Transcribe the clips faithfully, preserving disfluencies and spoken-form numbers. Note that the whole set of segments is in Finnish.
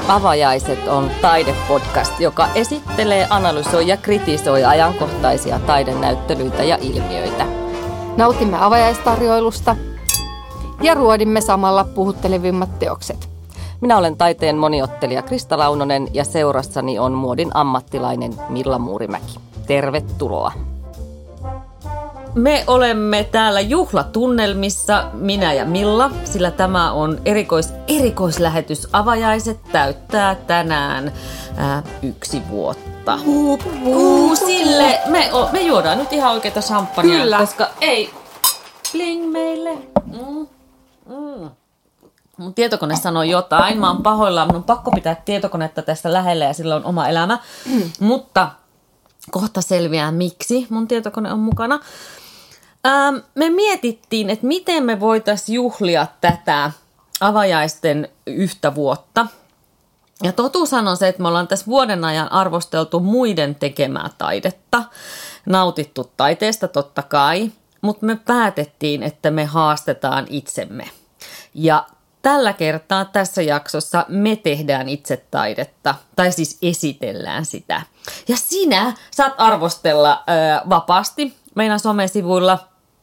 Avajaiset on taidepodcast, joka esittelee, analysoi ja kritisoi ajankohtaisia taidenäyttelyitä ja ilmiöitä. Nautimme avajaistarjoilusta ja ruodimme samalla puhuttelevimmat teokset. Minä olen taiteen moniottelija Krista Launonen ja seurassani on muodin ammattilainen Milla Muurimäki. Tervetuloa! Me olemme täällä juhlatunnelmissa, minä ja Milla, sillä tämä on erikois, erikoislähetys. Avajaiset täyttää tänään ää, yksi vuotta. Uusille! Me, o, me juodaan nyt ihan oikeita champagnea, Kyllä. koska ei bling meille. Mm. Mm. Mun tietokone sanoo jotain, mä oon pahoillaan, mun on pakko pitää tietokonetta tästä lähellä ja sillä on oma elämä, mm. mutta kohta selviää miksi mun tietokone on mukana. Ähm, me mietittiin, että miten me voitaisiin juhlia tätä avajaisten yhtä vuotta. Ja totuushan on se, että me ollaan tässä vuoden ajan arvosteltu muiden tekemää taidetta, nautittu taiteesta totta kai, mutta me päätettiin, että me haastetaan itsemme. Ja tällä kertaa tässä jaksossa me tehdään itse taidetta, tai siis esitellään sitä. Ja sinä saat arvostella ää, vapaasti meidän somesivuilla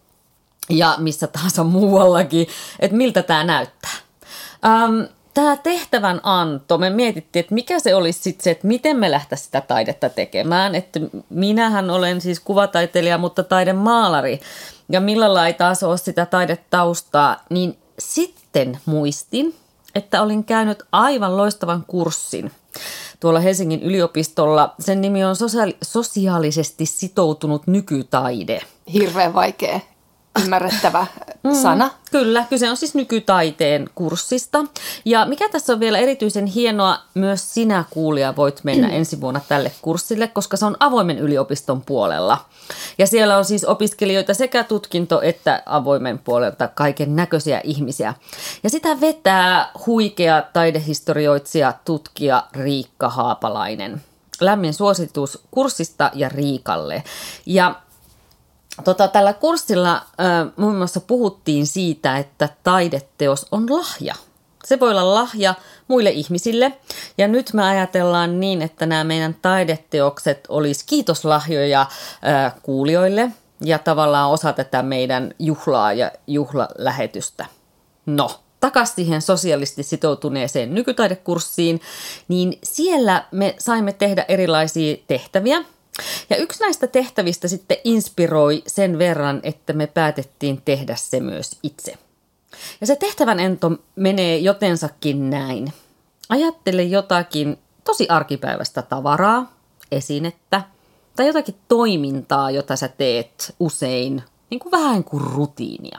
ja missä tahansa muuallakin, että miltä tämä näyttää. Ähm, tämä tehtävän anto, me mietittiin, että mikä se olisi sitten se, että miten me lähtäisiin sitä taidetta tekemään. Että minähän olen siis kuvataiteilija, mutta taidemaalari, ja Millalla ei taas ole sitä taidetaustaa, niin sitten muistin, että olin käynyt aivan loistavan kurssin tuolla Helsingin yliopistolla. Sen nimi on sosiaali- sosiaalisesti sitoutunut nykytaide. Hirveän vaikea ymmärrettävä sana. Mm, kyllä, kyse on siis nykytaiteen kurssista. Ja mikä tässä on vielä erityisen hienoa, myös sinä kuulija voit mennä ensi vuonna tälle kurssille, koska se on avoimen yliopiston puolella. Ja siellä on siis opiskelijoita sekä tutkinto- että avoimen puolelta kaiken näköisiä ihmisiä. Ja sitä vetää huikea taidehistorioitsija, tutkija Riikka Haapalainen. Lämmin suositus kurssista ja Riikalle. Ja Tota, tällä kurssilla äh, muun muassa puhuttiin siitä, että taideteos on lahja. Se voi olla lahja muille ihmisille. Ja nyt me ajatellaan niin, että nämä meidän taideteokset olisi kiitoslahjoja äh, kuulijoille ja tavallaan osa tätä meidän juhlaa ja juhlalähetystä. No, takaisin siihen sosiaalisesti sitoutuneeseen nykytaidekurssiin, niin siellä me saimme tehdä erilaisia tehtäviä. Ja yksi näistä tehtävistä sitten inspiroi sen verran, että me päätettiin tehdä se myös itse. Ja se tehtävän ento menee jotensakin näin. Ajattele jotakin tosi arkipäiväistä tavaraa, esinettä tai jotakin toimintaa, jota sä teet usein, niin kuin vähän kuin rutiinia.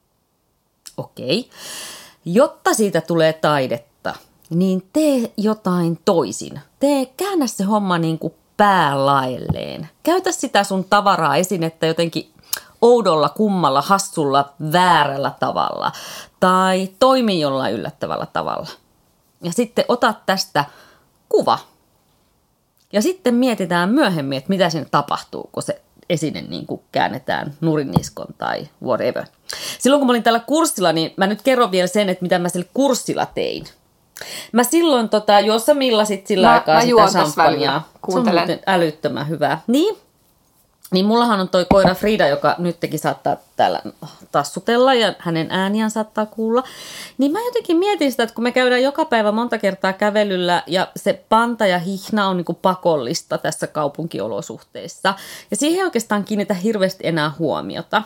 Okei. Jotta siitä tulee taidetta, niin tee jotain toisin. Tee, käännä se homma niin kuin päälaelleen. Käytä sitä sun tavaraa, esinettä jotenkin oudolla, kummalla, hassulla, väärällä tavalla. Tai toimi jollain yllättävällä tavalla. Ja sitten ota tästä kuva. Ja sitten mietitään myöhemmin, että mitä siinä tapahtuu, kun se esine niin kuin käännetään nurinniskon tai whatever. Silloin kun mä olin tällä kurssilla, niin mä nyt kerron vielä sen, että mitä mä sillä kurssilla tein. Mä silloin, tota, juossa Milla sit sillä mä, aikaa mä sitä champagnea. Kuuntelen. Se on älyttömän hyvää. Niin, niin mullahan on toi koira Frida, joka nytkin saattaa täällä tassutella ja hänen ääniään saattaa kuulla. Niin mä jotenkin mietin sitä, että kun me käydään joka päivä monta kertaa kävelyllä ja se panta ja hihna on niin kuin pakollista tässä kaupunkiolosuhteissa. Ja siihen ei oikeastaan kiinnitä hirveästi enää huomiota.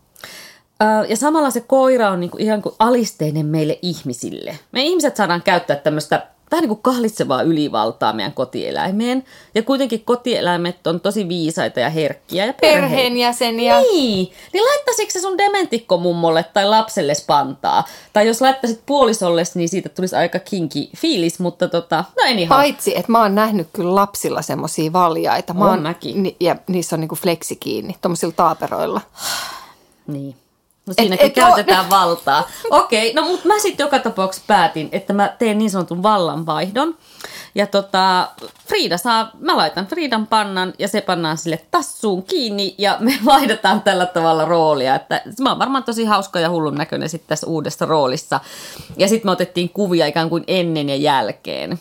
Ja samalla se koira on niinku ihan kuin alisteinen meille ihmisille. Me ihmiset saadaan käyttää tämmöistä vähän niin kuin kahlitsevaa ylivaltaa meidän kotieläimeen. Ja kuitenkin kotieläimet on tosi viisaita ja herkkiä. Ja perhe... Perheenjäseniä. Niin. Niin laittaisitko se sun dementikkomummolle tai lapselle pantaa? Tai jos laittaisit puolisolles, niin siitä tulisi aika kinki fiilis. Mutta tota, no en ihan. Paitsi, että mä oon nähnyt kyllä lapsilla semmosia valjaita. Mä on oon, mäkin. Ni, ja niissä on niinku fleksi kiinni, tommosilla taaperoilla. Niin. No siinäkin et, et käytetään o... valtaa. Okei, no mutta mä sitten joka tapauksessa päätin, että mä teen niin sanotun vallanvaihdon. Ja tota, Frida saa, mä laitan Fridan pannan ja se pannaan sille tassuun kiinni ja me vaihdetaan tällä tavalla roolia. Että mä oon varmaan tosi hauska ja hullun näköinen sitten tässä uudessa roolissa. Ja sitten me otettiin kuvia ikään kuin ennen ja jälkeen.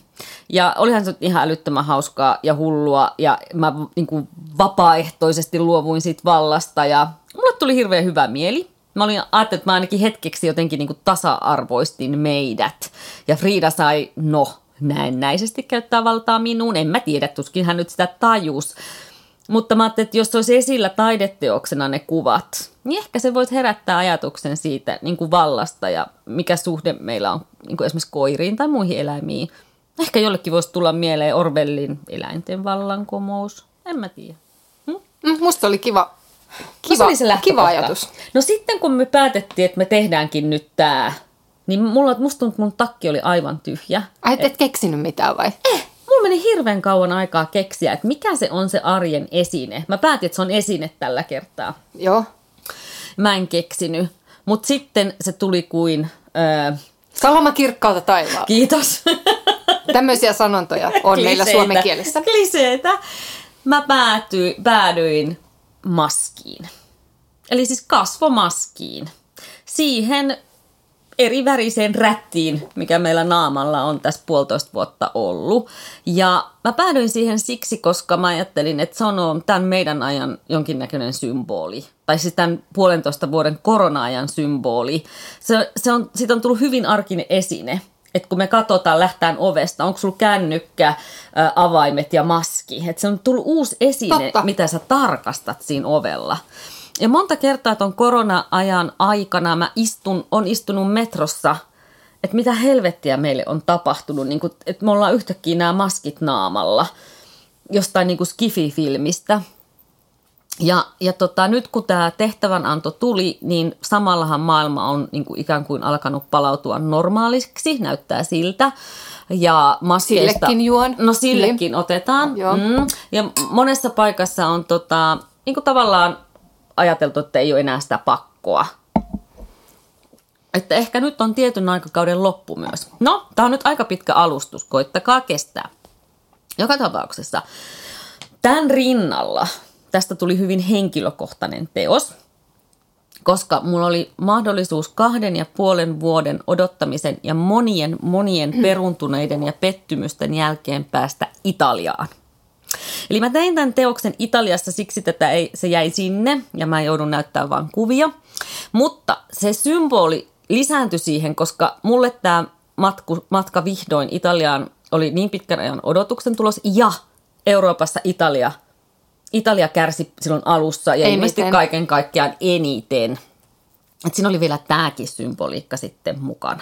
Ja olihan se ihan älyttömän hauskaa ja hullua ja mä niin kuin vapaaehtoisesti luovuin siitä vallasta ja mulle tuli hirveän hyvä mieli. Mä olin ajattelin, että mä ainakin hetkeksi jotenkin niin kuin tasa-arvoistin meidät ja Frida sai, no näennäisesti käyttää valtaa minuun. En mä tiedä, tuskin hän nyt sitä tajus. Mutta mä ajattelin, että jos olisi esillä taideteoksena ne kuvat, niin ehkä se voisi herättää ajatuksen siitä niin kuin vallasta ja mikä suhde meillä on niin kuin esimerkiksi koiriin tai muihin eläimiin. Ehkä jollekin voisi tulla mieleen Orwellin eläinten vallankumous. En mä tiedä. Hm? Musta oli kiva, kiva, no kiva ajatus. No sitten kun me päätettiin, että me tehdäänkin nyt tää, niin mulla, musta tuntuu, että mun takki oli aivan tyhjä. Ai, et, et keksinyt mitään vai? Eh, mulla meni hirveän kauan aikaa keksiä, että mikä se on se arjen esine. Mä päätin, että se on esine tällä kertaa. Joo. Mä en keksinyt, mutta sitten se tuli kuin... Öö, Salama kirkkaalta taivaalta. Kiitos. Tämmöisiä sanontoja on meillä suomen kielessä. Kliseetä. Mä päätyin, päädyin maskiin. Eli siis kasvomaskiin. Siihen eri väriseen rättiin, mikä meillä naamalla on tässä puolitoista vuotta ollut. Ja mä päädyin siihen siksi, koska mä ajattelin, että se on tämän meidän ajan jonkinnäköinen symboli. Tai siis tämän puolentoista vuoden korona-ajan symboli. Se, se on, siitä on tullut hyvin arkinen esine. Että kun me katsotaan lähtään ovesta, onko sulla kännykkä, ä, avaimet ja maski. Että se on tullut uusi esine, Totta. Mitä sä tarkastat siinä ovella. Ja monta kertaa tuon korona-ajan aikana mä istun, on istunut metrossa, että mitä helvettiä meille on tapahtunut. Niin kun, että me ollaan yhtäkkiä nämä maskit naamalla jostain niin kuin Skifi-filmistä. Ja, ja tota, nyt kun tämä tehtävänanto tuli, niin samallahan maailma on niin kuin ikään kuin alkanut palautua normaaliksi, näyttää siltä. Ja maskeista, sillekin juon. No sillekin niin. Otetaan. Mm. Ja monessa paikassa on tota, niin kuin tavallaan ajateltu, että ei ole enää sitä pakkoa. Että ehkä nyt on tietyn aikakauden loppu myös. No, tämä on nyt aika pitkä alustus, koittakaa kestää. Joka tapauksessa tämän rinnalla tästä tuli hyvin henkilökohtainen teos, koska mulla oli mahdollisuus kahden ja puolen vuoden odottamisen ja monien monien peruntuneiden ja pettymysten jälkeen päästä Italiaan. Eli mä tein tämän teoksen Italiassa, siksi tätä ei, se jäi sinne ja mä joudun näyttämään vain kuvia. Mutta se symboli lisääntyi siihen, koska mulle tämä matku, matka vihdoin Italiaan oli niin pitkän ajan odotuksen tulos ja Euroopassa Italia. Italia kärsi silloin alussa ja ilmeisesti kaiken kaikkiaan eniten. Et siinä oli vielä tämäkin symboliikka sitten mukana.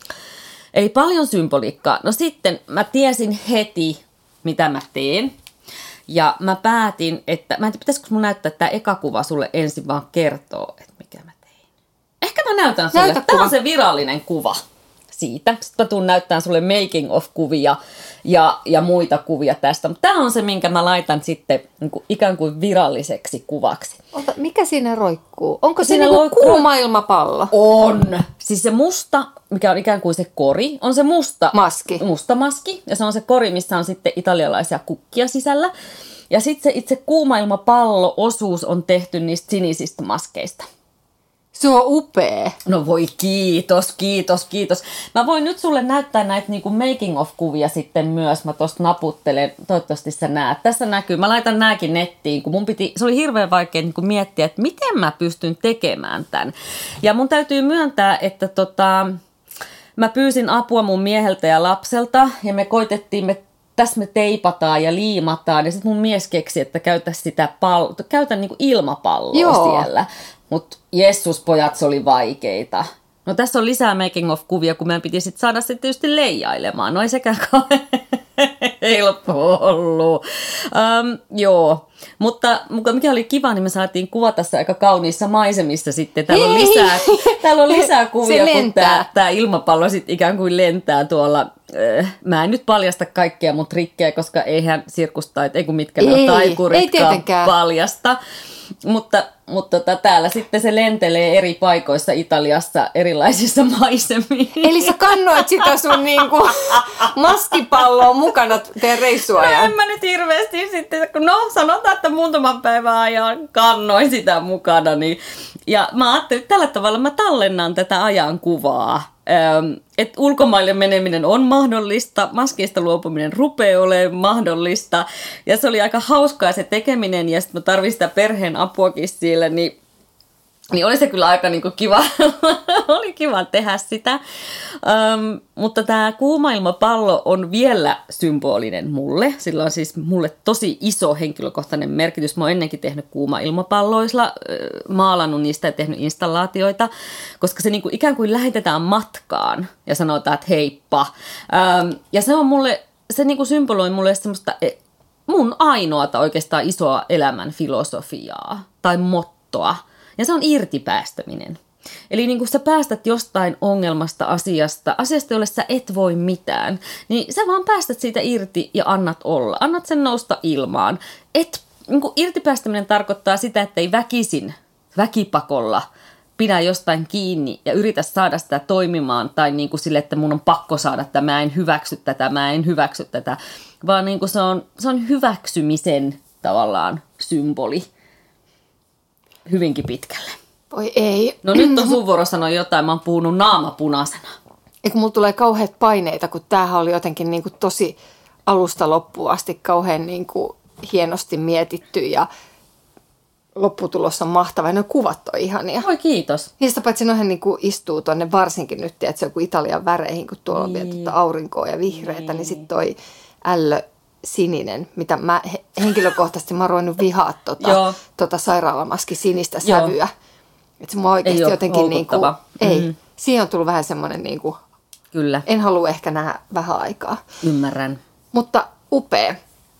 Eli paljon symboliikkaa. No sitten mä tiesin heti, mitä mä teen. Ja mä päätin, että mä en tiedä, pitäisikö mun näyttää tämä eka kuva sulle ensin vaan kertoo, että mikä mä tein. Ehkä mä näytän sulle, Näytä tämä on se virallinen kuva siitä. Sitten mä tuun näyttämään sulle making of kuvia ja, ja muita kuvia tästä. Mutta tämä on se, minkä mä laitan sitten niin kuin ikään kuin viralliseksi kuvaksi. Ota, mikä siinä roikkuu? Onko siinä se niinku kuuma ilmapallo? On. Siis se musta, mikä on ikään kuin se kori, on se musta maski. Musta maski. Ja se on se kori, missä on sitten italialaisia kukkia sisällä. Ja sitten se itse kuuma ilmapallo-osuus on tehty niistä sinisistä maskeista. Se on upea. No voi kiitos, kiitos, kiitos. Mä voin nyt sulle näyttää näitä niin kuin making of kuvia sitten myös. Mä tosta naputtelen, toivottavasti sä näet. Tässä näkyy, mä laitan nääkin nettiin, kun mun piti, se oli hirveän vaikea niin kuin miettiä, että miten mä pystyn tekemään tämän. Ja mun täytyy myöntää, että tota, mä pyysin apua mun mieheltä ja lapselta ja me koitettiin, me tässä me teipataan ja liimataan ja sitten mun mies keksi, että käytä sitä palloa, käytä niin kuin ilmapalloa Joo. siellä. Mutta jessus pojat, se oli vaikeita. No tässä on lisää making of kuvia, kun meidän piti sitten saada se tietysti leijailemaan. No ei sekään helppo ollut. Um, joo, mutta mikä oli kiva, niin me saatiin kuvata tässä aika kauniissa maisemissa sitten. Täällä on lisää, täällä on lisää kuvia, kun tämä ilmapallo sitten ikään kuin lentää tuolla. Mä en nyt paljasta kaikkea mun trikkejä, koska eihän sirkustait, ei kun mitkä ne on taikuritkaan paljasta. Mutta, mutta tota, täällä sitten se lentelee eri paikoissa Italiassa erilaisissa maisemissa. Eli sä kannoit sitä sun niinku maskipalloa mukana teidän reissuajan? No en mä nyt hirveästi sitten, no sanotaan, että muutaman päivän ajan kannoin sitä mukana. Niin, ja mä ajattelin, että tällä tavalla mä tallennan tätä ajankuvaa. että ulkomaille meneminen on mahdollista, maskeista luopuminen rupeaa olemaan mahdollista. Ja se oli aika hauskaa se tekeminen ja sitten mä tarvitsin sitä perheen apuakin siellä, niin Niin oli se kyllä aika niin kuin kiva, oli kiva tehdä sitä, um, mutta tämä kuuma ilmapallo on vielä symbolinen mulle. Sillä on siis mulle tosi iso henkilökohtainen merkitys. Mä oon ennenkin tehnyt kuuma ilmapalloisilla, maalannut niistä ja tehnyt installaatioita, koska se niin kuin ikään kuin lähetetään matkaan ja sanotaan, että heippa. Um, ja se on mulle, se niin kuin symboloi mulle semmoista mun ainoata oikeastaan isoa elämän filosofiaa tai mottoa. Ja se on irtipäästäminen. Eli niin kun sä päästät jostain ongelmasta, asiasta, asiasta, jolle sä et voi mitään, niin sä vaan päästät siitä irti ja annat olla. Annat sen nousta ilmaan. Et, niin kun irtipäästäminen tarkoittaa sitä, että ei väkisin, väkipakolla pidä jostain kiinni ja yritä saada sitä toimimaan. Tai niin kuin sille, että mun on pakko saada tätä, mä en hyväksy tätä, mä en hyväksy tätä. Vaan niin kun se, on, se on hyväksymisen tavallaan symboli. Hyvinkin pitkälle. Voi ei. No nyt on sun vuoro sanoa jotain, mä oon puhunut naama punaisena. Eikö mulla tulee kauheat paineita, kun tämähän oli jotenkin niin kuin tosi alusta loppuun asti kauhean niin kuin hienosti mietitty ja lopputulos on mahtava. Ja ne kuvat on ihania. Oi kiitos. Niistä paitsi noihin niin kuin istuu tuonne varsinkin nyt, että se on kuin Italian väreihin, kun tuolla on vielä tuota aurinkoa ja vihreätä, niin, niin sitten toi ällö sininen, mitä mä henkilökohtaisesti mä oon ruvennut vihaa tota, tota sairaalamaski sinistä sävyä. Että se mua oikeasti jotenkin niin kuin, ei, mm. siihen on tullut vähän semmoinen niin kuin, kyllä. En halua ehkä nähdä vähän aikaa. Ymmärrän. Mutta upea.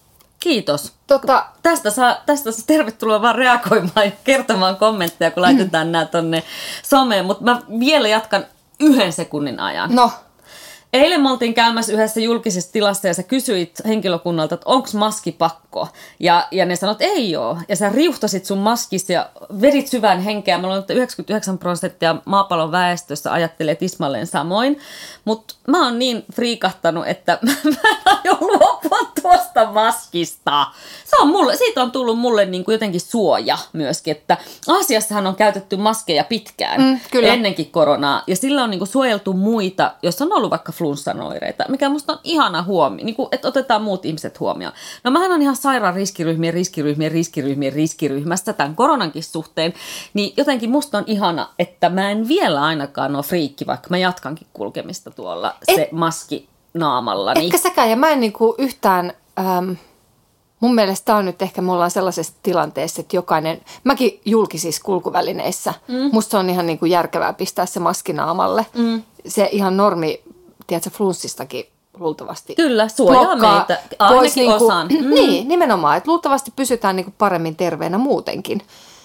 Kiitos. Tota, tästä saa, tästä saa tervetuloa vaan reagoimaan ja kertomaan kommentteja, kun laitetaan mm. nämä tonne someen, mutta mä vielä jatkan yhden sekunnin ajan. No. Eilen me oltiin käymässä yhdessä julkisessa tilassa ja sä kysyit henkilökunnalta, että onko maski pakko? Ja, ja ne sanoit, että ei oo. Ja sä riuhtasit sun maskista ja vedit syvän henkeä. Mä luulen, että yhdeksänkymmentäyhdeksän prosenttia maapallon väestössä ajattelee tismalleen samoin. Mutta mä oon niin friikahtanut, että mä en aio luopua tuosta maskista. Se on mulle, siitä on tullut mulle niin kuin jotenkin suoja myöskin, että Aasiassahan on käytetty maskeja pitkään mm, ennenkin koronaa. Ja sillä on niin kuin suojeltu muita, jos on ollut vaikka flunssanoireita, mikä musta on ihana huomio, niin kuin, että otetaan muut ihmiset huomioon. No mähän on ihan sairaan riskiryhmien, riskiryhmien, riskiryhmien, riskiryhmästä tämän koronankin suhteen, niin jotenkin musta on ihana, että mä en vielä ainakaan ole friikki, vaikka mä jatkankin kulkemista tuolla Et, se maski naamallani. Ehkä säkään, ja mä en niinku yhtään, ähm, mun mielestä on nyt ehkä, me ollaan sellaisessa tilanteessa, että jokainen, mäkin julkisissa kulkuvälineissä, mm. musta on ihan niinku järkevää pistää se maski naamalle. Mm. Se ihan normi, tiedätkö, flunssistakin luultavasti kyllä, suojaa meitä, ainakin niinku, osan. Mm. Niin, nimenomaan, että luultavasti pysytään niinku paremmin terveenä muutenkin.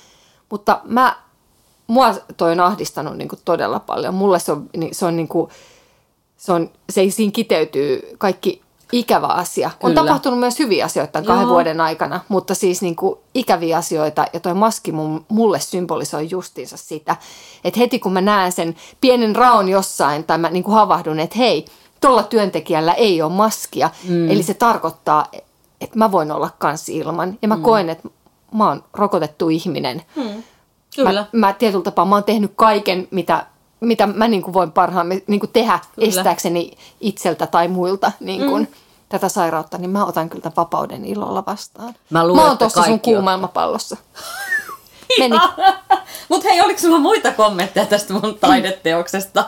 Mutta mä, mua toi on ahdistanut niinku todella paljon. Mulle se on, se on niinku, se, on, se siinä kiteytyy kaikki ikävä asia. Kyllä. On tapahtunut myös hyviä asioita tämän kahden vuoden aikana, mutta siis niinku ikäviä asioita, ja toi maski mun, mulle symbolisoi justiinsa sitä, että heti kun mä näen sen pienen raon jossain, tai mä niinku havahdun, että hei, tuolla työntekijällä ei ole maskia, mm. eli se tarkoittaa, että mä voin olla kans ilman, ja mä mm. koen, että mä oon rokotettu ihminen. Mm. Kyllä. Mä, mä tietyllä tapaa, mä oon tehnyt kaiken, mitä, mitä mä niinku voin parhaammin niinku tehdä kyllä. estääkseni itseltä tai muilta niinku, mm. tätä sairautta, niin mä otan kyllä tämän vapauden ilolla vastaan. Mä, luulen, mä oon tuossa sun kuumailmapallossa. Meni. Mutta hei, oliko sulla muita kommentteja tästä mun taideteoksesta?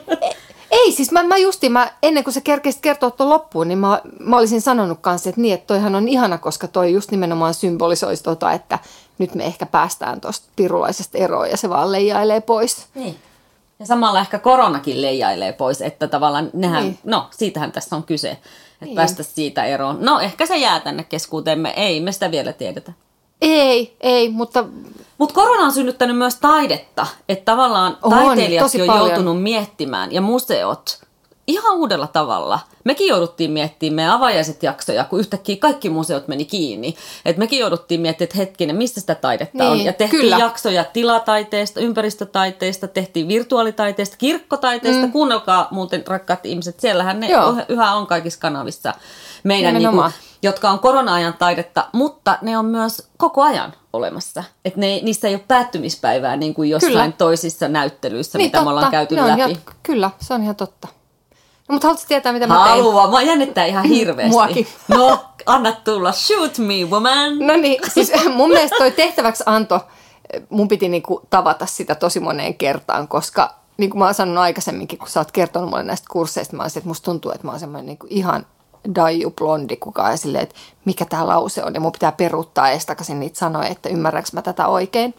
Ei, siis mä, mä justiin, mä, ennen kuin sä kerkesit kertoa tuon loppuun, niin mä, mä olisin sanonut kanssa, että niin, että toihan on ihana, koska toi just nimenomaan symbolisoisi tota, että nyt me ehkä päästään tuosta pirulaisesta eroon ja se vaan leijailee pois. Niin. Ja samalla ehkä koronakin leijailee pois, että tavallaan nehän, niin. no siitähän tässä on kyse, että niin. päästä siitä eroon. No ehkä se jää tänne keskuuteemme, ei me sitä vielä tiedetä. Ei, ei, mutta... Mutta korona on synnyttänyt myös taidetta, että tavallaan on, taiteilijatkin on paljon. joutunut miettimään ja museot ihan uudella tavalla. Mekin jouduttiin miettimään meidän avajaiset jaksoja, kun yhtäkkiä kaikki museot meni kiinni. Et mekin jouduttiin miettimään, että hetkinen, mistä sitä taidetta niin, on. Ja tehtiin kyllä. jaksoja tilataiteesta, ympäristötaiteesta, tehtiin virtuaalitaiteesta, kirkkotaiteesta. Mm. Kuunnelkaa muuten, rakkaat ihmiset, siellähän ne Joo. yhä on kaikissa kanavissa. Meidän niinku jotka on korona-ajan taidetta, mutta ne on myös koko ajan olemassa. Että niistä ei ole päättymispäivää niin kuin jossain kyllä. toisissa näyttelyissä, niin, mitä totta. me ollaan käyty ne läpi. Ihan, kyllä, se on ihan totta. No, mutta haluatko tietää, mitä mä tein? Haluaa, mä jännittää ihan hirveästi. Muakin. No, anna tulla, shoot me woman. No niin, siis mun mielestä toi tehtäväksi anto, mun piti niinku tavata sitä tosi moneen kertaan, koska niin kuin mä oon sanonut aikaisemminkin, kun sä oot kertonut mulle näistä kursseista, mä oon että musta tuntuu, että mä oon semmoinen niinku ihan daiju blondi kukaan ja silleen, että mikä tää lause on ja mun pitää peruuttaa ees takaisin niitä sanoja, että ymmärränkö mä tätä oikein.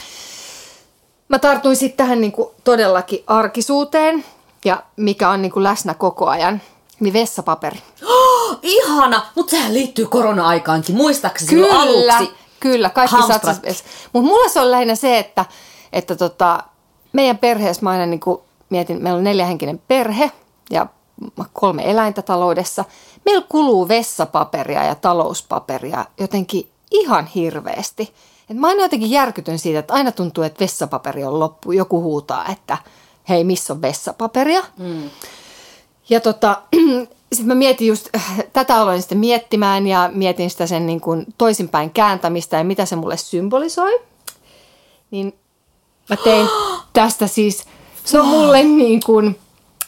Mä tartuin sitten tähän niinku todellakin arkisuuteen ja mikä on niinku läsnä koko ajan, niin vessapaperi. Oh, ihana, mutta sehän liittyy korona-aikaankin, muistaakseni silloin aluksi? Kyllä, kaikki satsat. Mutta mulla se on lähinnä se, että, että tota, meidän perheessä mä aina niinku mietin, meillä on neljähenkinen perhe ja kolme eläintä taloudessa. Meillä kuluu vessapaperia ja talouspaperia jotenkin ihan hirveästi. Et mä aina jotenkin järkytyn siitä, että aina tuntuu, että vessapaperi on loppu. Joku huutaa, että hei, missä on vessapaperia? Mm. Ja tota, sitten mä mietin just, tätä aloin sitten miettimään ja mietin sitä sen niin kuin toisinpäin kääntämistä ja mitä se mulle symbolisoi. Niin mä tein tästä siis, se on mulle niin kuin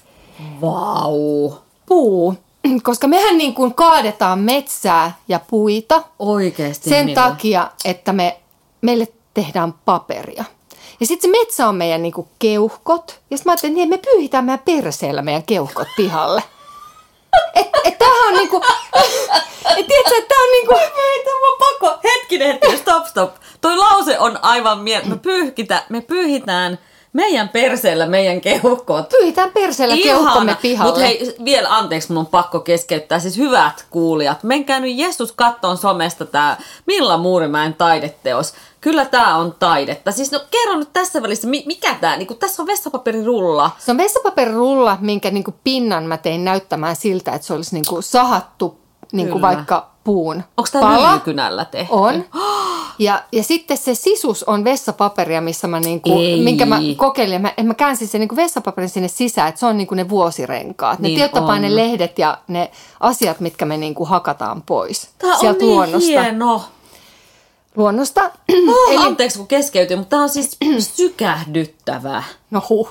vau. Puu. Koska mehän niin kuin kaadetaan metsää ja puita. Oikeesti. Sen minua. takia, että me, meille tehdään paperia. Ja sitten se metsä on meidän niin kuin keuhkot. Ja sitten mä ajattelin, että me pyyhitään meidän perseellä meidän keuhkot pihalle. Että et tämähän on niinku, et tiedätkö, että tää on niinku, mä pakko, hetkinen, hetkinen, stop, stop. Toi lause on aivan miet, me, pyyhkitä, me pyyhitään meidän perseellä meidän keuhkot. Pyyhitään perseellä keuhkomme pihalle. Mutta hei, vielä anteeksi, mun on pakko keskeyttää. Siis hyvät kuulijat, menkää nyt Jeesus kattoon somesta tää Milla Muurimäen taideteos. Kyllä tää on taidetta. Siis no kerro nyt tässä välissä, mikä tää, niinku tässä on vessapaperirulla. Se on vessapaperirulla, minkä niinku pinnan mä tein näyttämään siltä, että se olisi niinku sahattu niinku vaikka puun Onko tää lyijykynällä tehty? On. Ja, ja sitten se sisus on vessapaperia, missä mä niinku, minkä mä kokeilin. Mä, mä käänsin sen niinku vessapaperin sinne sisään, että se on niinku ne vuosirenkaat. Ne niin tiettopaa ne lehdet ja ne asiat, mitkä me niinku hakataan pois. Tää on sieltä niin luonnosta. hieno. Luonnosta. Oh, Eli... Anteeksi kun keskeytyin, mutta tää on siis sykähdyttävä. No huh.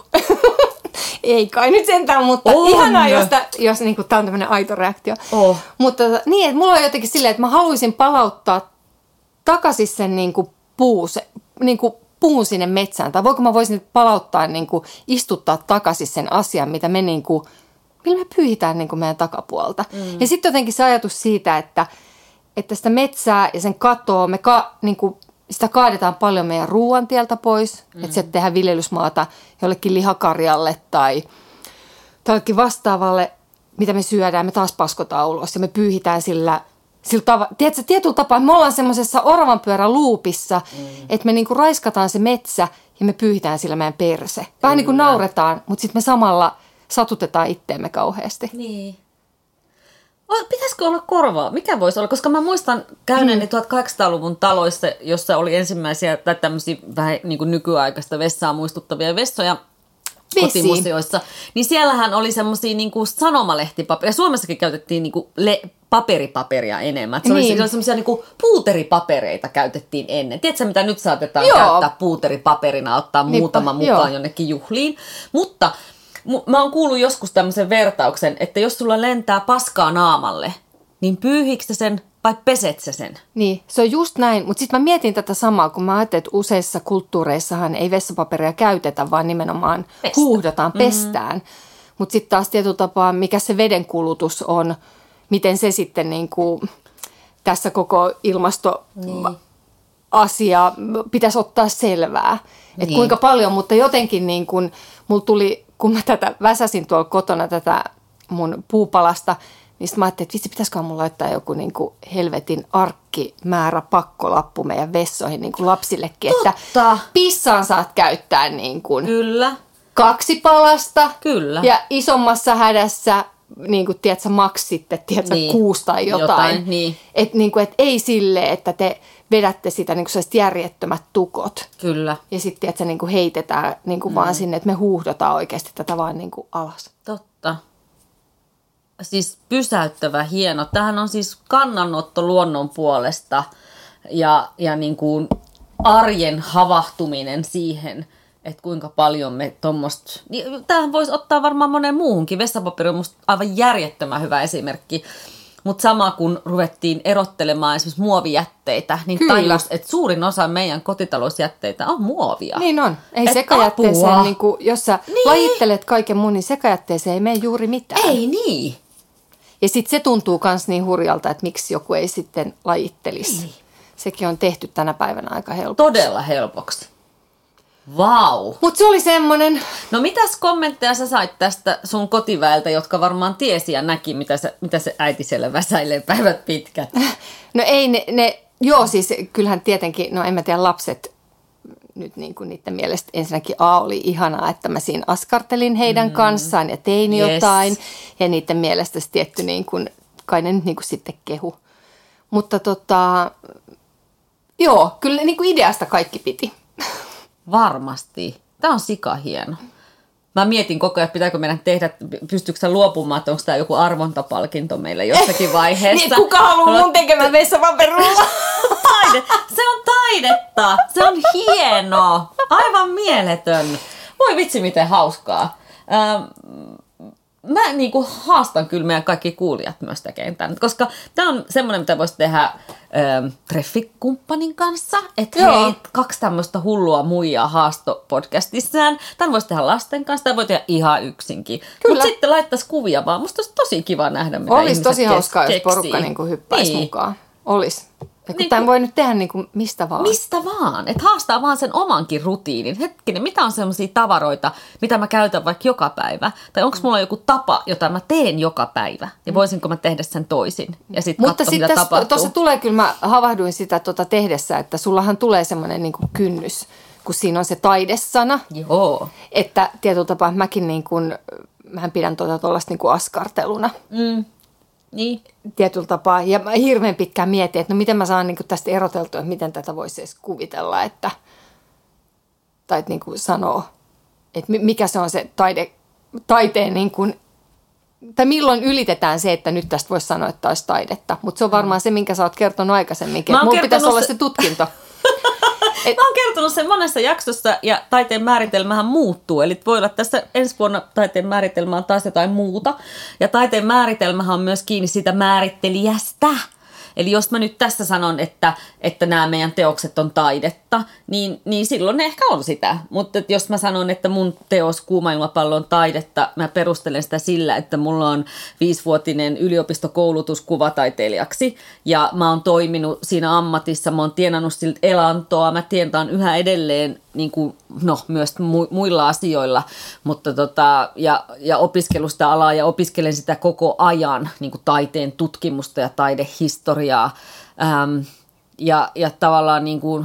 Ei kai nyt sentään, mutta on. Ihanaa, jos, ta, jos niinku, tää on tämmönen aito reaktio. Oh. Mutta niin, että mulla on jotenkin silleen, että mä haluaisin palauttaa takaisin sen niinku puu, se, niinku puun sinne metsään. Tai voiko mä voisin palauttaa, niinku, istuttaa takaisin sen asian, mitä me niinku, millä me pyyhitään niinku meidän takapuolta. Mm. Ja sitten jotenkin se ajatus siitä, että, että sitä metsää ja sen katoa, me ka, niinku, sitä kaadetaan paljon meidän ruoantieltä pois. Mm. Että sieltä tehdään viljelysmaata jollekin lihakarjalle tai, tai jollekin vastaavalle, mitä me syödään. Me taas paskotaan ulos ja me pyyhitään sillä... Sillä tava, tiedätkö, tietyllä tapaa me ollaan semmoisessa oravanpyörän luupissa, mm. että me niinku raiskataan se metsä ja me pyyhitään sillä meidän perse. Vähän niin kuin nauretaan, mutta sitten me samalla satutetaan itteemme kauheasti. Niin. Pitäisikö olla korvaa? Mikä voisi olla? Koska mä muistan käyneeni mm. tuhatkahdeksansataaluvun taloissa, jossa oli ensimmäisiä tai tämmöisiä vähän niin kuin nykyaikaista vessaa muistuttavia vessoja. Kotimuseoissa, niin siellähän oli semmoisia niinku sanomalehtipaperia. Suomessakin käytettiin niinku le- paperipaperia enemmän. Se niin. oli semmoisia niinku puuteripapereita käytettiin ennen. Tiedätkö, mitä nyt saatetaan Joo. käyttää puuteripaperina, ottaa Niinpä, muutama mukaan jo. jonnekin juhliin. Mutta mu- mä oon kuullut joskus tämmöisen vertauksen, että jos sulla lentää paskaa naamalle, niin pyyhikö sen vai peset sä sen? Niin, se on just näin. Mutta sitten mä mietin tätä samaa, kun mä ajattelin, että useissa kulttuureissahan ei vessapaperia käytetä, vaan nimenomaan Pestä. huuhdotaan, pestään. Mm-hmm. Mutta sitten taas tietyllä tapaa, mikä se veden kulutus on, miten se sitten niinku, tässä koko ilmastoasia niin. pitäisi ottaa selvää. Että niin. kuinka paljon, mutta jotenkin niin kun, mulla tuli, kun mä tätä väsäsin tuolla kotona tätä mun puupalasta, niin sitten mä ajattelin, että vitsi, pitäisikö mun laittaa joku niin kuin helvetin arkkimäärä pakkolappu meidän vessoihin niin kuin lapsillekin, Totta. että pissaan saat käyttää niin kuin Kyllä. kaksi palasta. Kyllä. Ja isommassa hädässä, niin kuin tiedätkö, maks sitten, tiedätkö, niin. kuusi tai jotain. jotain niin. Että niin et ei silleen, että te vedätte sitä niin kuin järjettömät tukot. Kyllä. Ja sitten tiedätkö, niin kuin heitetään niin kuin mm. vaan sinne, että me huuhdotaan oikeasti tätä vaan niin kuin alas. Totta. siis pysäyttävä hieno. Tämähän on siis kannanotto luonnon puolesta ja, ja niin kuin arjen havahtuminen siihen, että kuinka paljon me tuommoista... Niin, tämähän voisi ottaa varmaan moneen muuhunkin. Vessapaperi on musta aivan järjettömän hyvä esimerkki. Mutta sama kun ruvettiin erottelemaan esimerkiksi muovijätteitä, niin tajus, että suurin osa meidän kotitalousjätteitä on muovia. Niin on. Ei sekajätteeseen, niin kuin, jos sä niin. lajittelet kaiken mun, niin sekajätteeseen ei mene juuri mitään. Ei niin. Ja sitten se tuntuu myös niin hurjalta, että miksi joku ei sitten lajittelisi. Ei. Sekin on tehty tänä päivänä aika helpoksi. Todella helpoksi. Vau. Mutta se oli semmoinen. No mitäs kommentteja sä sait tästä sun kotiväeltä, jotka varmaan tiesi ja näki, mitä se, mitä se äiti siellä väsäilee päivät pitkät? No ei ne, ne joo siis kyllähän tietenkin, no en mä tiedä lapset nyt niin kuin niiden mielestä ensinnäkin A oli ihanaa, että mä siinä askartelin heidän mm. kanssaan ja tein yes. jotain. Ja niiden mielestä se tietty niin kuin, kai ne nyt niin kuin sitten kehu. Mutta tota, joo, kyllä niin kuin ideasta kaikki piti. Varmasti. Tämä on sikahieno. Mä mietin koko ajan, että pitääkö meidän tehdä, pystyykö sä luopumaan, että onko tämä joku arvontapalkinto meille jossakin vaiheessa. Niin, kuka haluaa mun tekemään vessapaperulla? Taide. Se on taidetta. Se on hieno. Aivan mieletön. Voi vitsi, miten hauskaa. Ähm, mä niin kuin haastan kyllä meidän kaikki kuulijat myös tekemään tämän, koska tämä on semmoinen, mitä voisi tehdä ähm, treffikumppanin kanssa, että hei, kaksi tämmöistä hullua muijaa haasto podcastissaan. Tämän voisi tehdä lasten kanssa, tämä voi tehdä ihan yksinkin. Mutta sitten laittaisi kuvia vaan. Musta olisi tosi kiva nähdä, mitä olisi ihmiset tosi hauskaa, keksii. Jos porukka niin kuin hyppäisi niin. mukaan. Olisi. Niin tämän voi nyt tehdä niin kuin mistä vaan. Mistä vaan. Että haastaa vaan sen omankin rutiinin. Hetkinen, mitä on sellaisia tavaroita, mitä mä käytän vaikka joka päivä? Tai onko mulla joku tapa, jota mä teen joka päivä? Ja voisinko mä tehdä sen toisin? Ja sitten Mutta katso, mitä tapahtuu. Mutta tuossa tulee, kyllä mä havahduin sitä tuota tehdessä, että sullahan tulee semmoinen niin kuin kynnys, kun siinä on se taidesana. Joo. Että tietyllä tapaa mäkin niin kuin, mähän pidän tuota tuollaista niin kuin askarteluna. Mm. Niin. Tietyllä tapaa. Ja mä hirveän pitkään mietin, että no miten mä saan niin kuin tästä eroteltua, että miten tätä voisi edes kuvitella, että, tai että niin kuin sanoo, että mikä se on se taide, taiteen, niin kuin, tai milloin ylitetään se, että nyt tästä voisi sanoa, että olisi taidetta. Mutta se on varmaan se, minkä sä oot kertonut aikaisemminkin, että mulla pitäisi se... olla se tutkinto. Et... Mä oon kertonut sen monessa jaksossa ja taiteen määritelmähän muuttuu. Eli voi olla tässä ensi vuonna taiteen määritelmä on taas jotain muuta. Ja taiteen määritelmähän on myös kiinni siitä määrittelijästä. Eli jos mä nyt tässä sanon, että, että nämä meidän teokset on taidetta, niin, niin silloin ne ehkä on sitä. Mutta jos mä sanon, että mun teos Kuuma ilmapallo on taidetta, mä perustelen sitä sillä, että mulla on viisivuotinen yliopistokoulutus kuvataiteilijaksi. Ja mä oon toiminut siinä ammatissa, mä oon tienannut siltä elantoa, mä tientaan yhä edelleen niin kuin, no, myös mu- muilla asioilla, mutta tota, ja, ja opiskellut sitä alaa ja opiskelen sitä koko ajan, niin kuin taiteen tutkimusta ja taidehistoriaa. Ähm, ja, ja tavallaan niin kuin,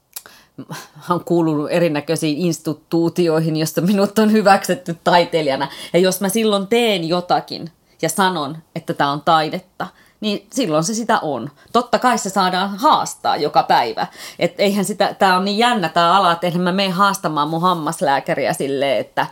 olen kuulunut erinäköisiin instituutioihin, joista minut on hyväksytty taiteilijana. Ja jos mä silloin teen jotakin ja sanon, että tämä on taidetta, niin silloin se sitä on. Totta kai se saadaan haastaa joka päivä. Että eihän sitä, tää on niin jännä tää ala, että eihän mä mene haastamaan mun hammaslääkäriä silleen, että,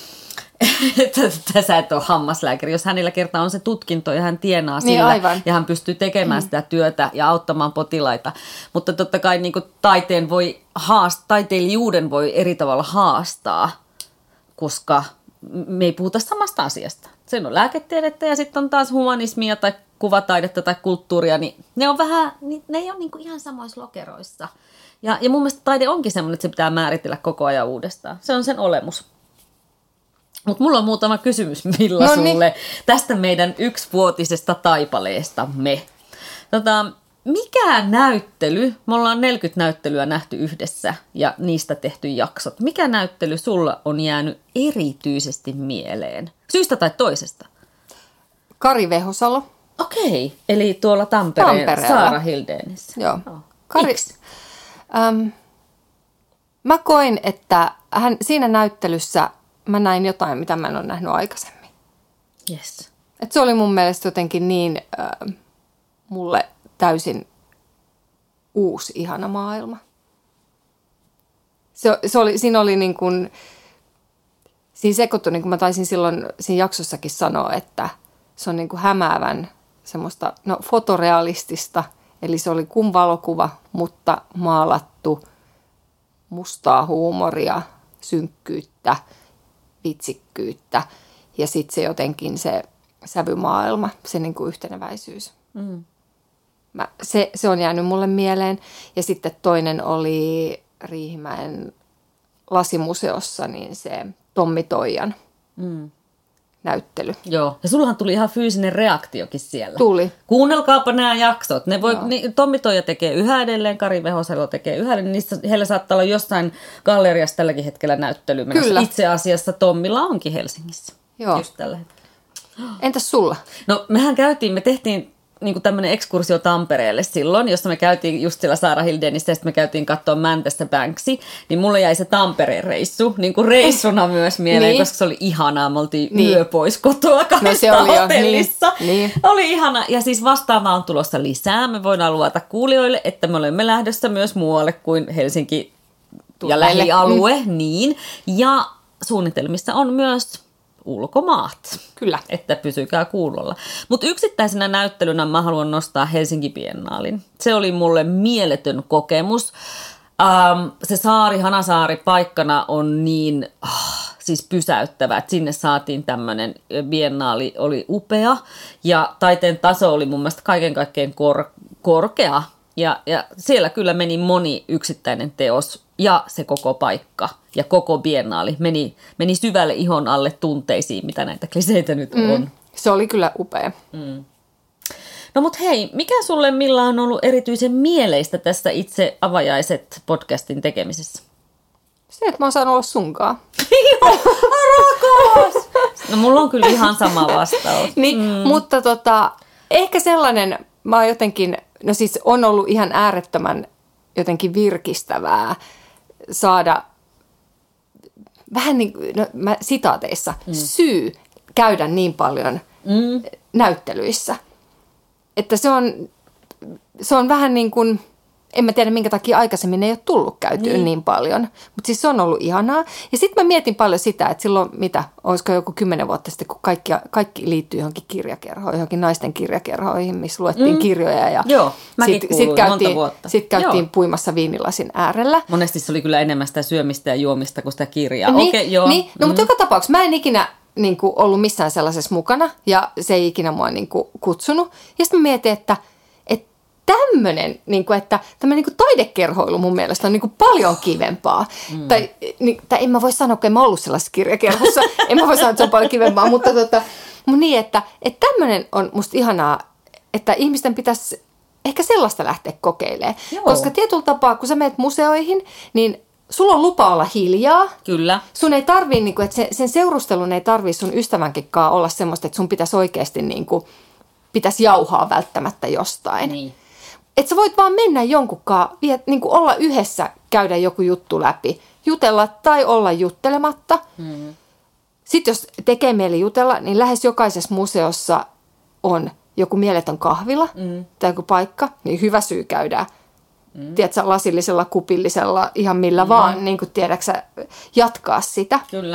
että sä et ole hammaslääkäri. Jos hänellä kertaa on se tutkinto ja hän tienaa niin sillä aivan. Ja hän pystyy tekemään mm. sitä työtä ja auttamaan potilaita. Mutta totta kai niin kuin taiteen voi haastaa, taiteilijuuden voi eri tavalla haastaa, koska me ei puhuta samasta asiasta. Se on lääketiedettä ja sitten on taas humanismia tai kuvataidetta tai kulttuuria, niin ne on vähän, ne ei ole niin kuin ihan samoissa lokeroissa. Ja, ja mun mielestä taide onkin semmoinen, että se pitää määritellä koko ajan uudestaan. Se on sen olemus. Mutta mulla on muutama kysymys, Milla, no niin. sulle tästä meidän yksivuotisesta taipaleestamme. Tota, mikä näyttely, me ollaan neljäkymmentä näyttelyä nähty yhdessä ja niistä tehty jaksot. Mikä näyttely sulla on jäänyt erityisesti mieleen? Syystä tai toisesta? Kari Vehosalo. Okei, eli tuolla Tampereen Tampereella. Saara Hildenissä. Joo. Oh. Kari, ähm, mä koin, että hän, siinä näyttelyssä mä näin jotain, mitä mä en ole nähnyt aikaisemmin. Yes. Et se oli mun mielestä jotenkin niin äh, mulle täysin uusi, ihana maailma. Se, se oli, siinä oli niin kuin, siinä sekoittui, niin kuin mä taisin silloin siinä jaksossakin sanoa, että se on niin kuin hämäävän semmoista, no fotorealistista, eli se oli kuin valokuva, mutta maalattu mustaa huumoria, synkkyyttä, vitsikkyyttä ja sitten se jotenkin se sävymaailma, se niin kuin yhteneväisyys. Mm. Mä, se, se on jäänyt mulle mieleen. Ja sitten toinen oli Riihimäen lasimuseossa, niin se Tommi Toijan mm. näyttely. Joo, ja sullahan tuli ihan fyysinen reaktiokin siellä. Tuli. Kuunnelkaapa nämä jaksot. Ne voi, niin, Tommi Toija tekee yhä edelleen, Kari Vehosalo tekee yhä edelleen. Niissä, heillä saattaa olla jossain galleriassa tälläkin hetkellä näyttely. Kyllä. Itse asiassa Tommilla onkin Helsingissä. Joo. Just tällä hetkellä. Entäs sulla? No mehän käytiin, me tehtiin niin kuin tämmöinen ekskursio Tampereelle silloin, jossa me käytiin just siellä Saara Hildenissä ja sitten me käytiin katsoa Manchester Banksi, niin mulle jäi se Tampereen reissu niin kuin reissuna myös mieleen, niin. Koska se oli ihanaa. Me oltiin niin. yö pois kotoa kahdesta no, hotellissa. Niin. Niin. Oli ihana. Ja siis vastaavaa on tulossa lisää. Me voidaan luvata kuulijoille, että me olemme lähdössä myös muualle kuin Helsinki ja lähialue. Mm. Niin. Ja suunnitelmissa on myös ulkomaat. Kyllä. Että pysykää kuulolla. Mutta yksittäisenä näyttelynä mä haluan nostaa Helsinki Biennaalin. Se oli mulle mieletön kokemus. Ähm, se saari, Hanasaari paikkana on niin ah, siis pysäyttävä, että sinne saatiin tämmöinen biennaali, oli upea. Ja taiteen taso oli mun mielestä kaiken kaikkein kor- korkea. Ja, ja siellä kyllä meni moni yksittäinen teos ja se koko paikka ja koko biennaali meni, meni syvälle ihon alle tunteisiin, mitä näitä kliseitä nyt on. Mm, se oli kyllä upea. Mm. No mut hei, mikä sulle Milla on ollut erityisen mieleistä tässä itse Avajaiset podcastin tekemisessä? Se, että mä oon saanut olla sunkaan. Joo, rakas! No mulla on kyllä ihan sama vastaus. niin, mm. Mutta tota, ehkä sellainen, mä oon jotenkin, no siis on ollut ihan äärettömän jotenkin virkistävää saada vähän niin kuin, no, mä, sitaateissa, mm. syy käydä niin paljon mm. näyttelyissä. Että se on, se on vähän niin kuin, en mä tiedä minkä takia aikaisemmin ei ole tullut käytyä niin, niin paljon. Mutta siis se on ollut ihanaa. Ja sitten mä mietin paljon sitä, että silloin mitä, olisiko joku kymmenen vuotta sitten, kun kaikki, kaikki liittyy johonkin kirjakerhoihin, johonkin naisten kirjakerhoihin, missä luettiin mm. kirjoja. Ja joo, mäkin sit, sit käytiin, monta vuotta. Sitten käytiin joo. puimassa viinilasin äärellä. Monesti se oli kyllä enemmän sitä syömistä ja juomista kuin sitä kirjaa. Niin, okay, joo. Niin, no mm. mutta joka tapauksessa mä en ikinä niin kuin, ollut missään sellaisessa mukana ja se ei ikinä mua niin kuin, kutsunut. Ja sitten mä mietin, että tämmöinen, niin kuin, että tämmöinen niin kuin taidekerhoilu mun mielestä on niin kuin paljon kivempaa. Mm. Tai, niin, tai en mä voi sanoa, kun en mä ollut sellaisessa kirjakerhossa. en mä voi sanoa, että se on paljon kivempaa. Mutta tota, niin, että, että tämmöinen on musta ihanaa, että ihmisten pitäisi ehkä sellaista lähteä kokeilemaan. Joo. Koska tietyllä tapaa, kun sä menet museoihin, niin sulla on lupa olla hiljaa. Kyllä. Sun ei tarvii, niin kuin, että sen, sen seurustelun ei tarvii sun ystävänkinkaan olla semmoista, että sun pitäisi oikeasti niin kuin, pitäisi jauhaa välttämättä jostain. Niin. Että sä voit vaan mennä jonkunkaan, niin kuin olla yhdessä, käydä joku juttu läpi, jutella tai olla juttelematta. Mm. Sitten jos tekee mieli jutella, niin lähes jokaisessa museossa on joku mieletön kahvila mm. tai joku paikka, niin hyvä syy käydä. Mm. Tiedätkö, lasillisella, kupillisella, ihan millä mm. vaan, niin kuin tiedäksä, jatkaa sitä. Kyllä.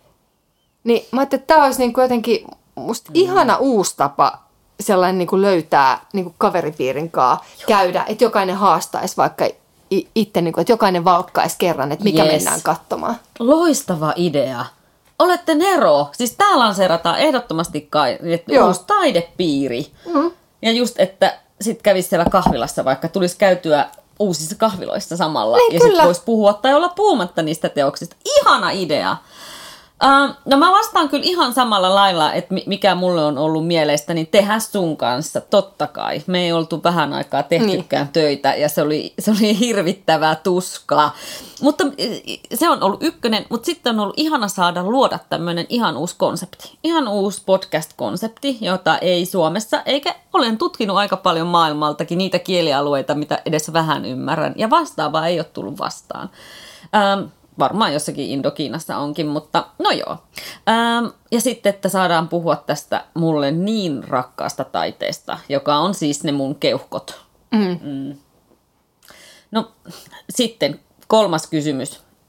Niin mä ajattelin, että tämä olisi niin kuin jotenkin musta mm. ihana uusi tapa sellainen niin kuin löytää niin kuin kaveripiirin kanssa käydä, että jokainen haastaisi vaikka itse, niin kuin, että jokainen valkkaisi kerran, että mikä yes. mennään katsomaan. Loistava idea. Olette Nero. Siis tää lanseerataan ehdottomasti kai, että uusi taidepiiri. Mm. Ja just, että sit kävisi siellä kahvilassa, vaikka tulisi käytyä uusissa kahviloissa samalla. Niin, ja sitten voisi puhua tai olla puhumatta niistä teoksista. Ihana idea. Uh, no mä vastaan kyllä ihan samalla lailla, että mikä mulle on ollut mieleistä, niin tehdä sun kanssa, totta kai. Me ei oltu vähän aikaa tehtykään niin. töitä ja se oli, se oli hirvittävää tuskaa. Mutta se on ollut ykkönen, mutta sitten on ollut ihana saada luoda tämmöinen ihan uusi konsepti. Ihan uusi podcast-konsepti, jota ei Suomessa, eikä olen tutkinut aika paljon maailmaltakin niitä kielialueita, mitä edes vähän ymmärrän. Ja vastaavaa ei ole tullut vastaan. Um, Varmaan jossakin Indokiinassa onkin, mutta no joo. Ähm, ja sitten, että saadaan puhua tästä mulle niin rakkaasta taiteesta, joka on siis ne mun keuhkot. Mm. Mm. No sitten kolmas kysymys.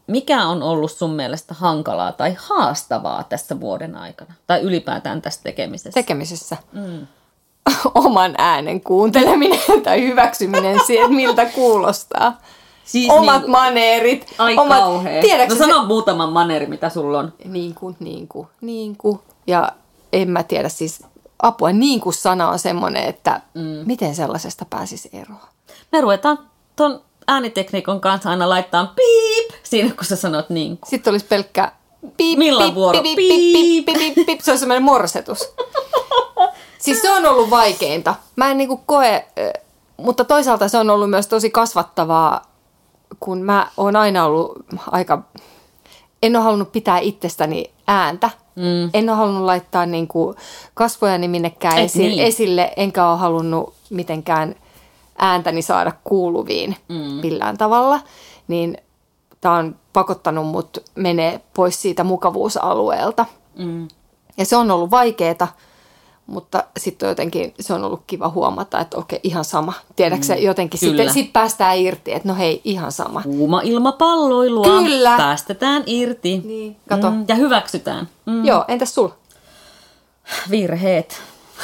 mikä on ollut sun mielestä hankalaa tai haastavaa tässä vuoden aikana? Tai ylipäätään tässä tekemisessä? Tekemisessä? Mm. Oman äänen kuunteleminen tai hyväksyminen siihen, miltä kuulostaa. Siis omat niin, maneerit. Ai omat, kauhea. No sano se... muutaman maneeri, mitä sulla on. Niin kuin, niin kuin, niin kuin. Ja en mä tiedä siis, apua, niin kuin sana on semmoinen, että mm. miten sellaisesta pääsisi eroon. Me ruvetaan ton äänitekniikon kanssa aina laittaa piip siinä, kun sä sanot niin kuin. Sitten olisi pelkkä piip, Millan piip, vuoro? Piip, piip, piip, piip, piip. Se on semmoinen morsetus. Siis se on ollut vaikeinta. Mä en niinku koe, mutta toisaalta se on ollut myös tosi kasvattavaa, kun mä oon aina ollut aika, en ole halunnut pitää itsestäni ääntä. Mm. En ole halunnut laittaa niinku kasvojani minnekään esi- niin. esille, enkä ole halunnut mitenkään ääntäni saada kuuluviin mm. millään tavalla. Niin tää on pakottanut mut menee pois siitä mukavuusalueelta. Mm. Ja se on ollut vaikeeta. Mutta sitten jotenkin se on ollut kiva huomata, että okei, ihan sama. Tiedätkö mm, jotenkin, sitten sit päästään irti, että no hei, ihan sama. Kuuma ilmapalloilua. Kyllä. Päästetään irti. Niin, kato. Mm, ja hyväksytään. Mm. Joo, entäs sul? Virheet.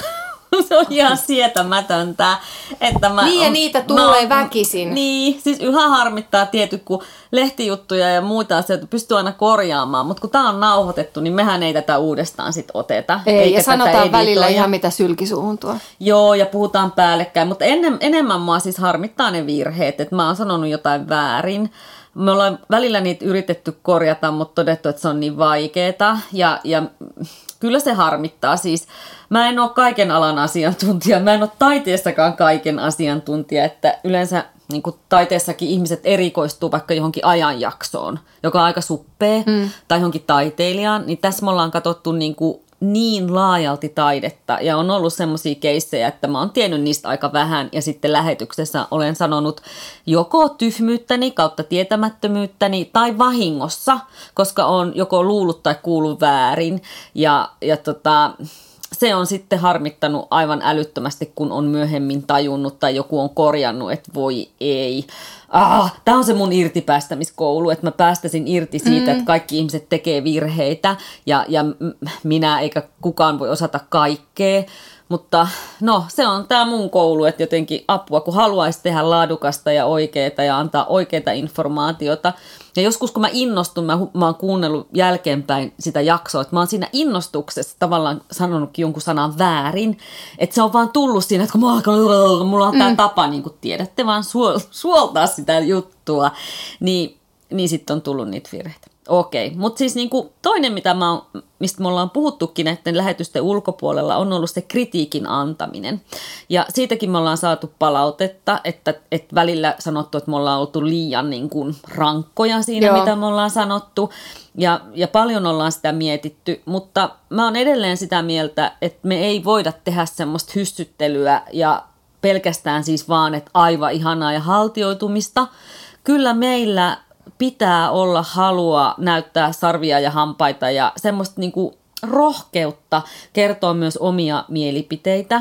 Se on ihan sietämätöntä. Että mä niin ja on, niitä tulee väkisin. Niin, siis yhä harmittaa tietysti, kun lehtijuttuja ja muita asioita pystyy aina korjaamaan. Mutta kun tää on nauhoitettu, niin mehän ei tätä uudestaan sit oteta. Ei, eikä ja sanotaan välillä ihan mitä sylkisuuhun tuo. Joo, ja puhutaan päällekkäin. Mutta ennen, enemmän mua siis harmittaa ne virheet, että mä oon sanonut jotain väärin. Me ollaan välillä niitä yritetty korjata, mutta todettu, että se on niin vaikeeta. Ja, ja kyllä se harmittaa siis. Mä en ole kaiken alan asiantuntija, mä en ole taiteessakaan kaiken asiantuntija, että yleensä niin kuin taiteessakin ihmiset erikoistuu vaikka johonkin ajanjaksoon, joka on aika suppea, mm. tai johonkin taiteilijaan, niin tässä me ollaan katsottu niin, kuin niin laajalti taidetta, ja on ollut semmoisia keissejä, että mä oon tiennyt niistä aika vähän, ja sitten lähetyksessä olen sanonut joko tyhmyyttäni kautta tietämättömyyttäni, tai vahingossa, koska on joko luullut tai kuullut väärin, ja, ja tota... Se on sitten harmittanut aivan älyttömästi, kun on myöhemmin tajunnut tai joku on korjannut, että voi ei. Ah, tämä on se mun irtipäästämiskoulu, että mä päästäisin irti siitä, mm. että kaikki ihmiset tekee virheitä ja, ja minä eikä kukaan voi osata kaikkea. Mutta no, se on tämä mun koulu, että jotenkin apua, kun haluaisi tehdä laadukasta ja oikeaa ja antaa oikeaa informaatiota. Ja joskus kun mä innostun, mä, mä oon kuunnellut jälkeenpäin sitä jaksoa, että mä oon siinä innostuksessa tavallaan sanonutkin jonkun sanan väärin. Että se on vaan tullut siinä, että kun mulla, alkaa, mulla on tää mm. tapa, niin kuin tiedätte, vaan suol, suoltaa sitä juttua, niin, niin sitten on tullut niitä virheitä. Okei, mutta siis niinku toinen, mitä mä oon, mistä me ollaan puhuttukin näiden lähetysten ulkopuolella, on ollut se kritiikin antaminen. Ja siitäkin me ollaan saatu palautetta, että, että välillä sanottu, että me ollaan oltu liian niin kuin rankkoja siinä, Joo. mitä me ollaan sanottu. Ja, ja paljon ollaan sitä mietitty, mutta mä oon edelleen sitä mieltä, että me ei voida tehdä semmoista hyssyttelyä ja pelkästään siis vaan, että aivan ihanaa ja haltioitumista. Kyllä meillä pitää olla halua näyttää sarvia ja hampaita ja semmoista niinku rohkeutta kertoa myös omia mielipiteitä,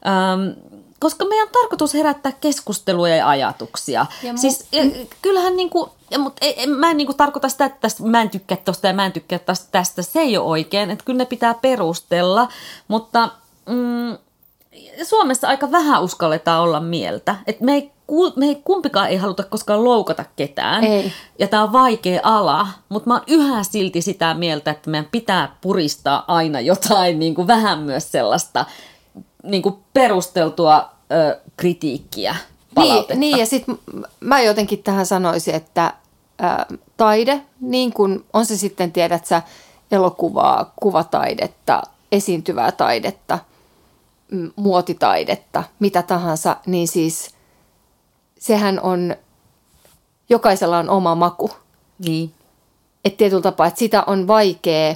ähm, koska meidän on tarkoitus herättää keskusteluja ja ajatuksia. Ja siis mu- kyllähän niinku, mutta ei, mä en niinku tarkoita sitä, että tästä, mä en tykkää tosta ja mä en tykkää tästä, se ei ole oikein, että kyllä ne pitää perustella, mutta mm, Suomessa aika vähän uskalletaan olla mieltä, että me ei Me ei kumpikaan ei haluta koskaan loukata ketään. Ei. Ja tämä on vaikea ala, mutta mä oon yhä silti sitä mieltä, että meidän pitää puristaa aina jotain niin kuin vähän myös sellaista niin kuin perusteltua ö, kritiikkiä, palautetta. Niin, niin ja sitten mä jotenkin tähän sanoisin, että ä, taide, niin kuin on se sitten, tiedät sä, elokuvaa, kuvataidetta, esiintyvää taidetta, muotitaidetta, mitä tahansa, niin siis sehän on, jokaisella on oma maku. Niin. Että tietyllä tapaa, että sitä on vaikea,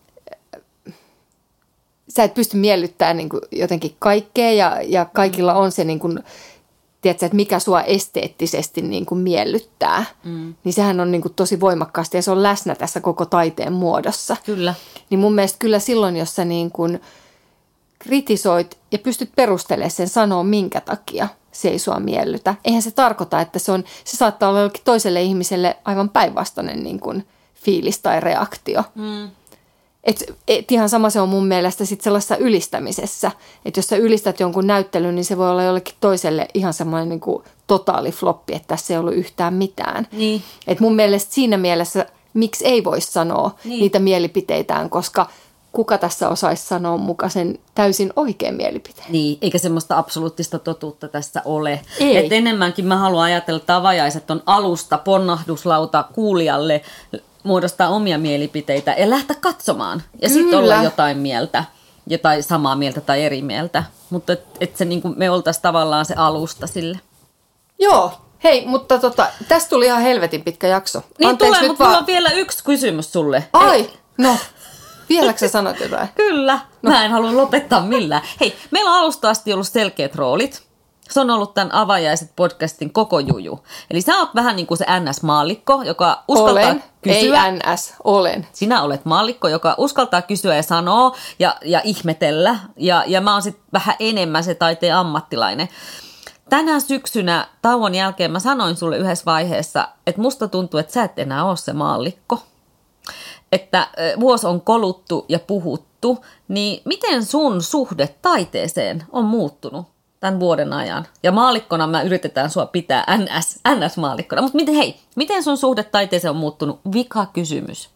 sä et pysty miellyttämään niin kuin jotenkin kaikkea ja, ja kaikilla on se, niin kuin, tiedätkö, että mikä sua esteettisesti niin kuin miellyttää. Mm. Niin sehän on niin kuin tosi voimakkaasti ja se on läsnä tässä koko taiteen muodossa. Kyllä. Niin mun mielestä kyllä silloin, jos sä niin kuin kritisoit ja pystyt perustelemaan sen, sanoa minkä takia se ei sua miellytä. Eihän se tarkoita, että se, on, se saattaa olla jollekin toiselle ihmiselle aivan päinvastainen niin kuin fiilis tai reaktio. Mm. Et, et ihan sama se on mun mielestä sit sellaisessa ylistämisessä. Että jos sä ylistät jonkun näyttelyn, niin se voi olla jollekin toiselle ihan semmoinen niin kuin totaali floppi, että tässä ei ollut yhtään mitään. Niin. Et mun mielestä siinä mielessä, miksi ei voi sanoa niin. niitä mielipiteitään, koska kuka tässä osaisi sanoa muka sen täysin oikein mielipiteen. Niin, eikä semmoista absoluuttista totuutta tässä ole. Ei. Et enemmänkin mä haluan ajatella, että avajaiset on alusta, ponnahduslauta kuulijalle, muodostaa omia mielipiteitä ja lähteä katsomaan. Ja sitten olla jotain mieltä, jotain samaa mieltä tai eri mieltä. Mutta et, et se, niin kuin me oltaisiin tavallaan se alusta sille. Joo. Hei, mutta tota, tästä tuli ihan helvetin pitkä jakso. Niin Anteeksi tulee, nyt mutta vaan... mulla on vielä yksi kysymys sulle. Ai, Ei. no. Vieläkö sä sanot jotain? Kyllä. No. Mä en halua lopettaa millään. Hei, meillä on alusta asti ollut selkeät roolit. Se on ollut tämän Avajaiset podcastin koko juju. Eli sä oot vähän niin kuin se N S-maallikko, joka uskaltaa olen, kysyä. ei N S, olen. Sinä olet maallikko, joka uskaltaa kysyä ja sanoa ja, ja ihmetellä. Ja, ja mä oon sitten vähän enemmän se taiteen ammattilainen. Tänä syksynä tauon jälkeen mä sanoin sulle yhdessä vaiheessa, että musta tuntuu, että sä et enää ole se maallikko. Että vuosi on koluttu ja puhuttu, niin miten sun suhde taiteeseen on muuttunut tämän vuoden ajan? Ja maallikkona mä yritetään sua pitää N S, N S-maallikkona. Mutta miten, hei, miten sun suhde taiteeseen on muuttunut? Vika kysymys.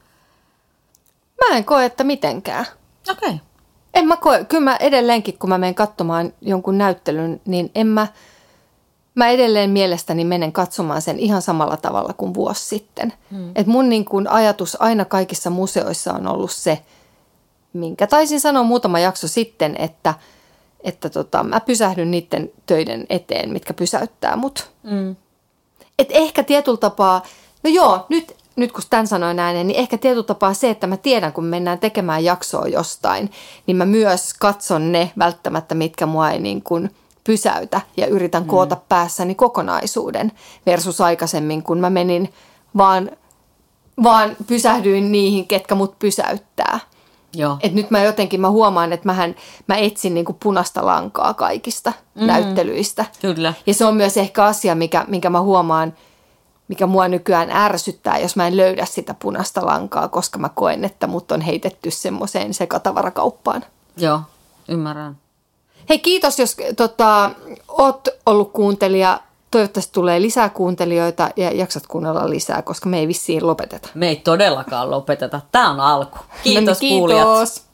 Mä en koe, että mitenkään. Okei. Okay. En mä koe, kyllä mä edelleenkin, kun mä menen katsomaan jonkun näyttelyn, niin en mä, mä edelleen mielestäni menen katsomaan sen ihan samalla tavalla kuin vuosi sitten. Hmm. Et mun niin kun ajatus aina kaikissa museoissa on ollut se, minkä taisin sanoa muutama jakso sitten, että, että tota, mä pysähdyn niiden töiden eteen, mitkä pysäyttää mut. Hmm. Et ehkä tietyllä tapaa, no joo, nyt, nyt kun tämän sanoin näin, niin ehkä tietyllä tapaa se, että mä tiedän, kun mennään tekemään jaksoa jostain, niin mä myös katson ne välttämättä, mitkä mua ei niin kuin pysäytä ja yritän koota mm. päässäni kokonaisuuden versus aikaisemmin, kun mä menin vaan, vaan pysähdyin niihin, ketkä mut pysäyttää. Joo. Et nyt mä jotenkin mä huomaan, että mähän, mä etsin niin kuin punaista lankaa kaikista mm. näyttelyistä. Kyllä. Ja se on myös ehkä asia, mikä, minkä mä huomaan, mikä mua nykyään ärsyttää, jos mä en löydä sitä punaista lankaa, koska mä koen, että mut on heitetty semmoiseen sekatavarakauppaan. Joo, ymmärrän. Hei, kiitos, jos tota, oot ollut kuuntelija. Toivottavasti tulee lisää kuuntelijoita ja jaksat kuunnella lisää, koska me ei vissiin lopeteta. Me ei todellakaan lopeteta. Tämä on alku. Kiitos, no niin, kiitos. kuulijat.